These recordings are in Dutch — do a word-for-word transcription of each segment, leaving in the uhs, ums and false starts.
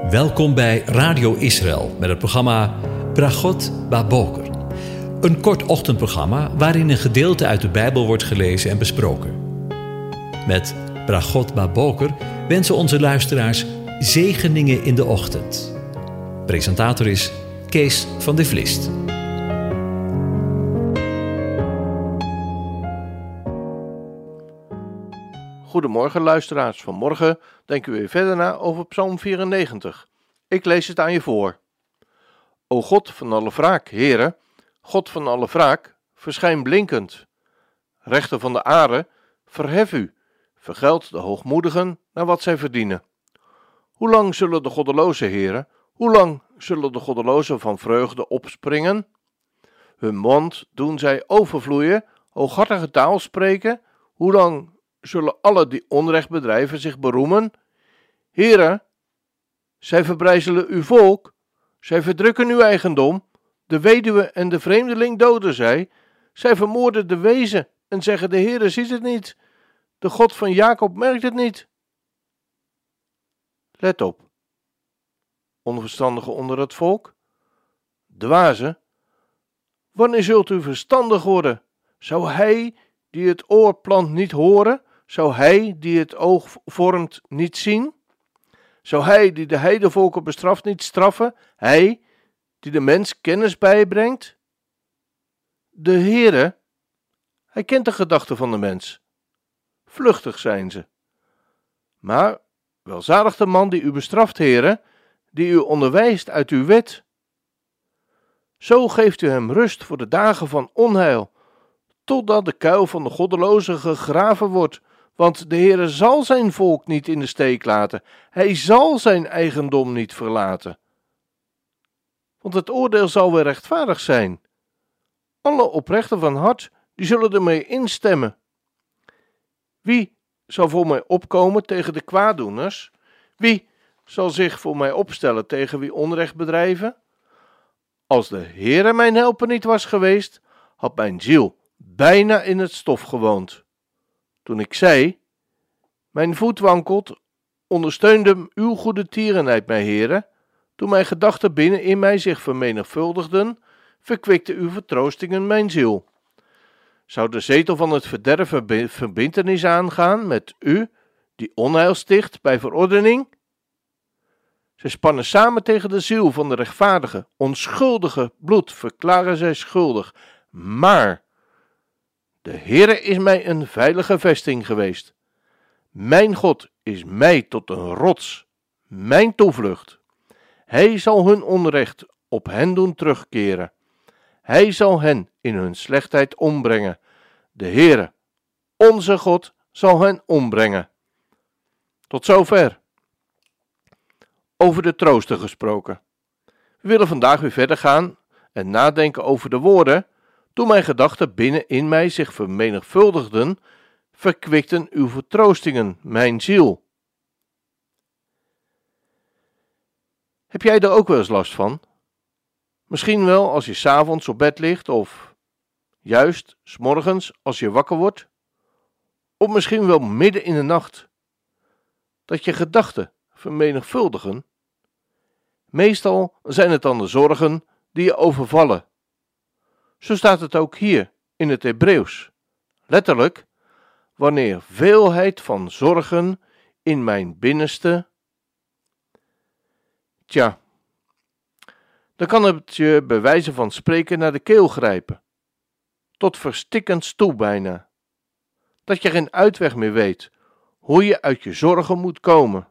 Welkom bij Radio Israël met het programma Bragot Baboker. Een kort ochtendprogramma waarin een gedeelte uit de Bijbel wordt gelezen en besproken. Met Bragot Baboker wensen onze luisteraars zegeningen in de ochtend. Presentator is Kees van de Vlist. Goedemorgen luisteraars, vanmorgen denken we weer verder na over Psalm vierennegentig. Ik lees het aan je voor. O God van alle wraak, Heere, God van alle wraak, verschijn blinkend. Rechter van de aarde, verhef u, vergeld de hoogmoedigen naar wat zij verdienen. Hoe lang zullen de goddelozen, Heere, hoe lang zullen de goddelozen van vreugde opspringen? Hun mond doen zij overvloeien, hooghartige taal spreken, hoe lang zullen alle die onrecht bedrijven zich beroemen? Heere, zij verbrijzelen uw volk, zij verdrukken uw eigendom, de weduwe en de vreemdeling doden zij, zij vermoorden de wezen en zeggen de Heere ziet het niet, de God van Jacob merkt het niet. Let op, onverstandigen onder het volk, dwazen, wanneer zult u verstandig worden? Zou hij die het oor plant niet horen? Zou hij die het oog vormt niet zien? Zou hij die de heidevolken bestraft niet straffen? Hij die de mens kennis bijbrengt? De Heere, hij kent de gedachten van de mens. Vluchtig zijn ze. Maar welzalig de man die u bestraft, Heere, die u onderwijst uit uw wet. Zo geeft u hem rust voor de dagen van onheil, totdat de kuil van de goddelozen gegraven wordt. Want de Heere zal zijn volk niet in de steek laten. Hij zal zijn eigendom niet verlaten. Want het oordeel zal weer rechtvaardig zijn. Alle oprechten van hart, die zullen ermee instemmen. Wie zal voor mij opkomen tegen de kwaaddoeners? Wie zal zich voor mij opstellen tegen wie onrecht bedrijven? Als de Heere mijn helper niet was geweest, had mijn ziel bijna in het stof gewoond. Toen ik zei, mijn voet wankelt, ondersteunde uw goede tierenheid mij, Heere. Toen mijn gedachten binnen in mij zich vermenigvuldigden, verkwikte uw vertroostingen mijn ziel. Zou de zetel van het verderven verbintenis aangaan met u, die onheil sticht bij verordening? Zij spannen samen tegen de ziel van de rechtvaardige, onschuldige bloed verklaren zij schuldig, maar de Heere is mij een veilige vesting geweest. Mijn God is mij tot een rots, mijn toevlucht. Hij zal hun onrecht op hen doen terugkeren. Hij zal hen in hun slechtheid ombrengen. De Heere, onze God, zal hen ombrengen. Tot zover. Over de trooster gesproken. We willen vandaag weer verder gaan en nadenken over de woorden. Toen mijn gedachten binnen in mij zich vermenigvuldigden, verkwikten uw vertroostingen mijn ziel. Heb jij er ook wel eens last van? Misschien wel als je 's avonds op bed ligt of juist 's morgens als je wakker wordt. Of misschien wel midden in de nacht. Dat je gedachten vermenigvuldigen. Meestal zijn het dan de zorgen die je overvallen. Zo staat het ook hier in het Hebreeuws. Letterlijk, wanneer veelheid van zorgen in mijn binnenste. Tja, dan kan het je bij wijze van spreken naar de keel grijpen. Tot verstikkend toe bijna. Dat je geen uitweg meer weet, hoe je uit je zorgen moet komen.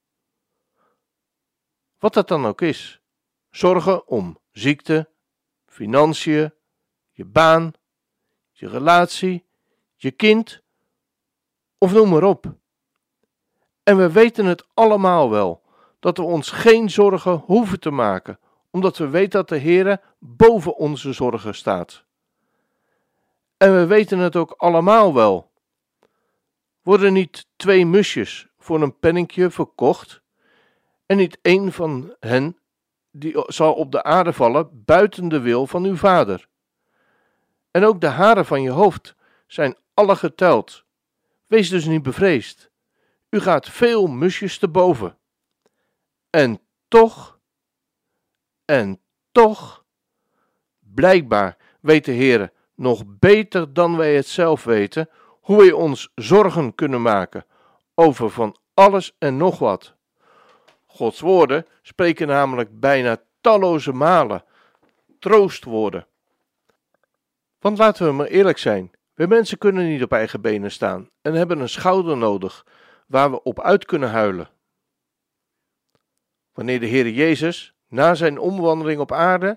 Wat dat dan ook is. Zorgen om ziekte, financiën, je baan, je relatie, je kind, of noem maar op. En we weten het allemaal wel, dat we ons geen zorgen hoeven te maken, omdat we weten dat de Heere boven onze zorgen staat. En we weten het ook allemaal wel. Worden niet twee musjes voor een penninkje verkocht, en niet één van hen die zal op de aarde vallen buiten de wil van uw vader. En ook de haren van je hoofd zijn alle geteld. Wees dus niet bevreesd. U gaat veel musjes te boven. En toch, en toch, blijkbaar weet de Heer nog beter dan wij het zelf weten, hoe wij ons zorgen kunnen maken over van alles en nog wat. Gods woorden spreken namelijk bijna talloze malen troostwoorden. Want laten we maar eerlijk zijn, wij mensen kunnen niet op eigen benen staan en hebben een schouder nodig waar we op uit kunnen huilen. Wanneer de Heer Jezus na zijn omwandeling op aarde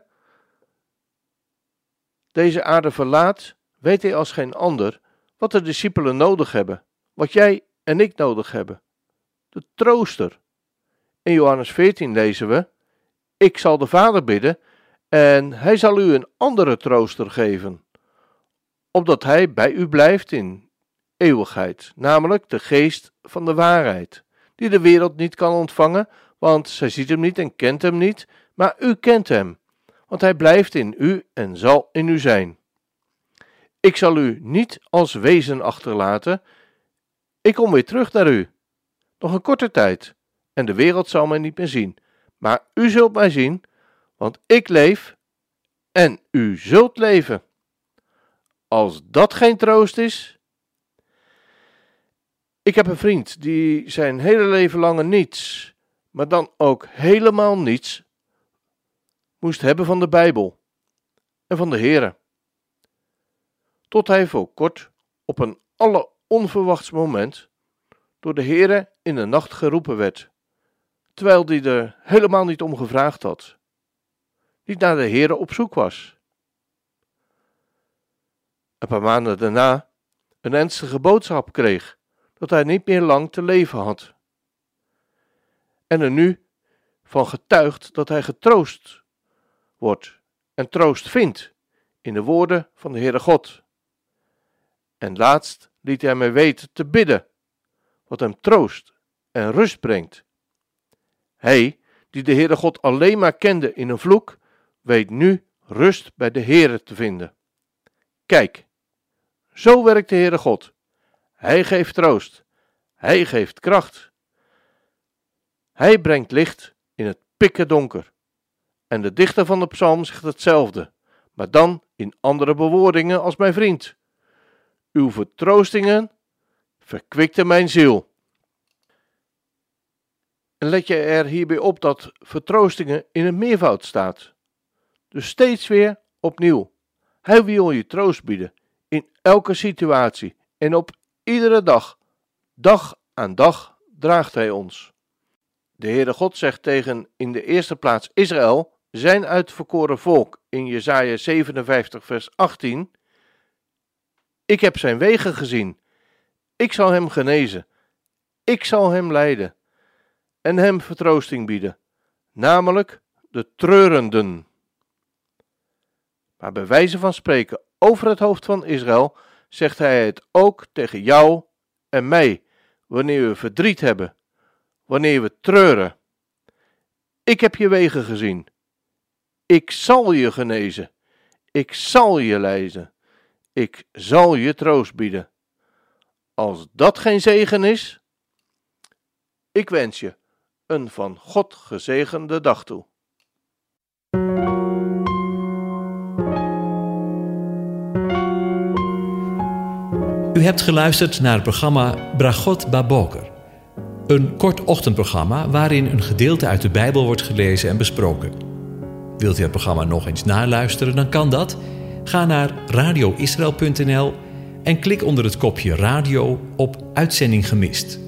deze aarde verlaat, weet hij als geen ander wat de discipelen nodig hebben, wat jij en ik nodig hebben. De trooster. In Johannes veertien lezen we: ik zal de Vader bidden en hij zal u een andere trooster geven, opdat hij bij u blijft in eeuwigheid, namelijk de geest van de waarheid, die de wereld niet kan ontvangen, want zij ziet hem niet en kent hem niet, maar u kent hem, want hij blijft in u en zal in u zijn. Ik zal u niet als wezen achterlaten, ik kom weer terug naar u, nog een korte tijd, en de wereld zal mij niet meer zien, maar u zult mij zien, want ik leef en u zult leven. Als dat geen troost is. Ik heb een vriend die zijn hele leven lang niets, maar dan ook helemaal niets, moest hebben van de Bijbel en van de Heere. Tot hij voor kort op een alleronverwachts moment door de Heere in de nacht geroepen werd, terwijl die er helemaal niet om gevraagd had, niet naar de Heere op zoek was. Een paar maanden daarna een ernstige boodschap kreeg dat hij niet meer lang te leven had. En er nu van getuigt dat hij getroost wordt en troost vindt in de woorden van de Heere God. En laatst liet hij mij weten te bidden, wat hem troost en rust brengt. Hij, die de Heere God alleen maar kende in een vloek, weet nu rust bij de Heere te vinden. Kijk, zo werkt de Heere God. Hij geeft troost. Hij geeft kracht. Hij brengt licht in het pikke donker. En de dichter van de psalm zegt hetzelfde, maar dan in andere bewoordingen als mijn vriend. Uw vertroostingen verkwikten mijn ziel. En let je er hierbij op dat vertroostingen in een meervoud staat. Dus steeds weer opnieuw. Hij wil je troost bieden in elke situatie en op iedere dag, dag aan dag draagt hij ons. De Heere God zegt tegen in de eerste plaats Israël, zijn uitverkoren volk, in Jesaja zevenenvijftig vers achttien. Ik heb zijn wegen gezien, ik zal hem genezen, ik zal hem leiden en hem vertroosting bieden, namelijk de treurenden. Maar bij wijze van spreken over het hoofd van Israël zegt hij het ook tegen jou en mij, wanneer we verdriet hebben, wanneer we treuren. Ik heb je wegen gezien. Ik zal je genezen. Ik zal je leiden. Ik zal je troost bieden. Als dat geen zegen is, ik wens je een van God gezegende dag toe. U hebt geluisterd naar het programma Bragot Baboker. Een kort ochtendprogramma waarin een gedeelte uit de Bijbel wordt gelezen en besproken. Wilt u het programma nog eens naluisteren, dan kan dat. Ga naar radio israël punt n l en klik onder het kopje radio op Uitzending gemist.